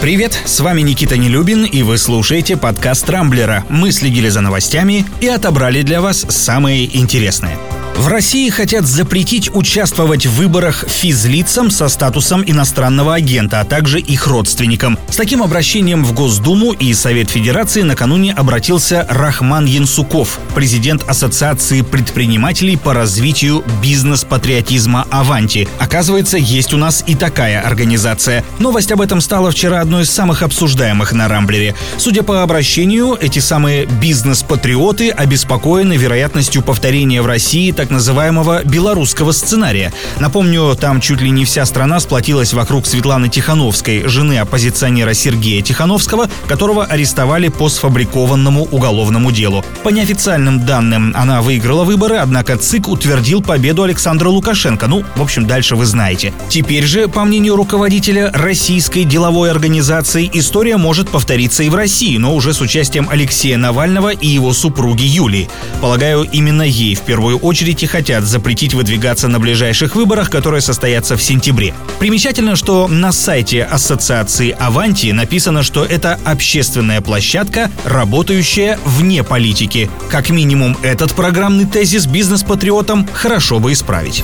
Привет, с вами Никита Нелюбин, и вы слушаете подкаст Рамблера. Мы следили за новостями и отобрали для вас самые интересные. В России хотят запретить участвовать в выборах физлицам со статусом иностранного агента, а также их родственникам. С таким обращением в Госдуму и Совет Федерации накануне обратился Рахман Янсуков, президент Ассоциации предпринимателей по развитию бизнес-патриотизма «Аванти». Оказывается, есть у нас и такая организация. Новость об этом стала вчера одной из самых обсуждаемых на Рамблере. Судя по обращению, эти самые бизнес-патриоты обеспокоены вероятностью повторения в России так называемого белорусского сценария. Напомню, там чуть ли не вся страна сплотилась вокруг Светланы Тихановской, жены оппозиционера Сергея Тихановского, которого арестовали по сфабрикованному уголовному делу. По неофициальным данным, она выиграла выборы, однако ЦИК утвердил победу Александра Лукашенко. В общем, дальше вы знаете. Теперь же, по мнению руководителя российской деловой организации, история может повториться и в России, но уже с участием Алексея Навального и его супруги Юлии. Полагаю, именно ей в первую очередь и хотят запретить выдвигаться на ближайших выборах, которые состоятся в сентябре. Примечательно, что на сайте Ассоциации «Аванти» написано, что это общественная площадка, работающая вне политики. Как минимум, этот программный тезис бизнес-патриотам хорошо бы исправить.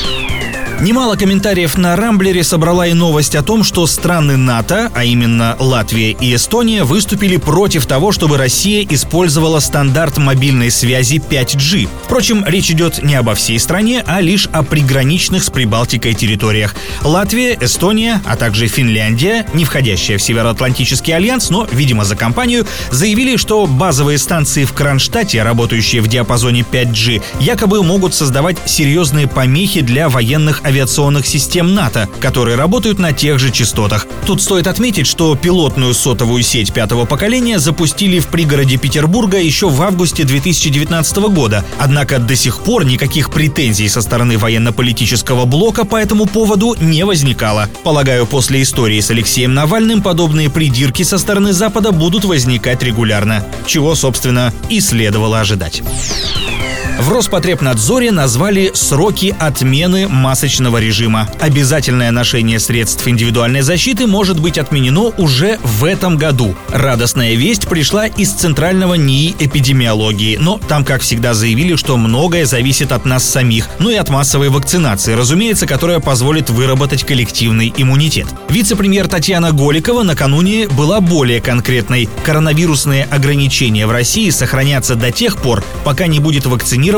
Немало комментариев на Рамблере собрала и новость о том, что страны НАТО, а именно Латвия и Эстония, выступили против того, чтобы Россия использовала стандарт мобильной связи 5G. Впрочем, речь идет не обо всей стране, а лишь о приграничных с Прибалтикой территориях. Латвия, Эстония, а также Финляндия, не входящая в Североатлантический альянс, но, видимо, за компанию, заявили, что базовые станции в Кронштадте, работающие в диапазоне 5G, якобы могут создавать серьезные помехи для военных авиационных систем НАТО, которые работают на тех же частотах. Тут стоит отметить, что пилотную сотовую сеть 5-го поколения запустили в пригороде Петербурга еще в августе 2019 года. Однако до сих пор никаких претензий со стороны военно-политического блока по этому поводу не возникало. Полагаю, после истории с Алексеем Навальным подобные придирки со стороны Запада будут возникать регулярно. Чего, собственно, и следовало ожидать. В Роспотребнадзоре назвали сроки отмены масочного режима. Обязательное ношение средств индивидуальной защиты может быть отменено уже в этом году. Радостная весть пришла из Центрального НИИ эпидемиологии, но там, как всегда, заявили, что многое зависит от нас самих, и от массовой вакцинации, разумеется, которая позволит выработать коллективный иммунитет. Вице-премьер Татьяна Голикова накануне была более конкретной. Коронавирусные ограничения в России сохранятся до тех пор, пока не будет вакцинировано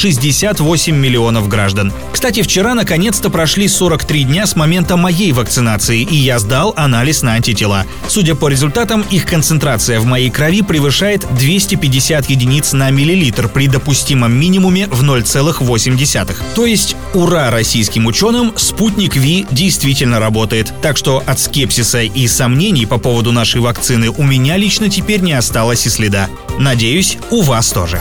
68 миллионов граждан. Кстати, вчера наконец-то прошли 43 дня с момента моей вакцинации, и я сдал анализ на антитела. Судя по результатам, их концентрация в моей крови превышает 250 единиц на миллилитр при допустимом минимуме в 0,8. То есть, ура российским ученым, спутник Ви действительно работает. Так что от скепсиса и сомнений по поводу нашей вакцины у меня лично теперь не осталось и следа. Надеюсь, у вас тоже.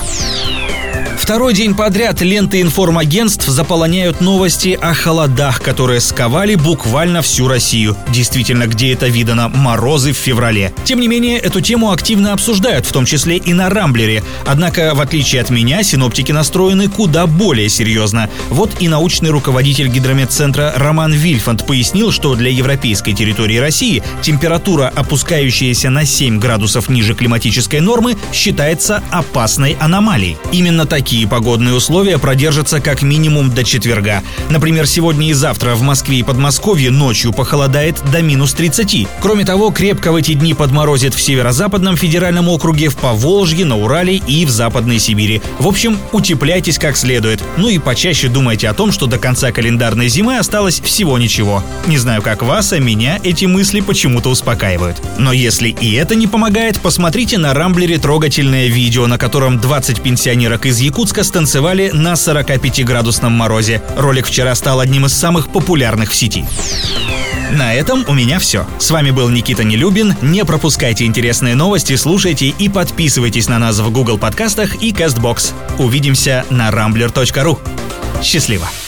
Второй день подряд ленты информагентств заполоняют новости о холодах, которые сковали буквально всю Россию. Действительно, где это видано, морозы в феврале. Тем не менее, эту тему активно обсуждают, в том числе и на Рамблере. Однако, в отличие от меня, синоптики настроены куда более серьезно. Вот и научный руководитель гидрометцентра Роман Вильфанд пояснил, что для европейской территории России температура, опускающаяся на 7 градусов ниже климатической нормы, считается опасной аномалией. Именно такие погодные условия продержатся как минимум до четверга. Например, сегодня и завтра в Москве и Подмосковье ночью похолодает до минус 30. Кроме того, крепко в эти дни подморозит в Северо-Западном федеральном округе, в Поволжье, на Урале и в Западной Сибири. В общем, утепляйтесь как следует. И почаще думайте о том, что до конца календарной зимы осталось всего ничего. Не знаю, как вас, а меня эти мысли почему-то успокаивают. Но если и это не помогает, посмотрите на Рамблере трогательное видео, на котором 20 пенсионерок из Якутска станцевали на 45-градусном морозе. Ролик вчера стал одним из самых популярных в сети. На этом у меня все. С вами был Никита Нелюбин. Не пропускайте интересные новости, слушайте и подписывайтесь на нас в Google подкастах и CastBox. Увидимся на rambler.ru. Счастливо!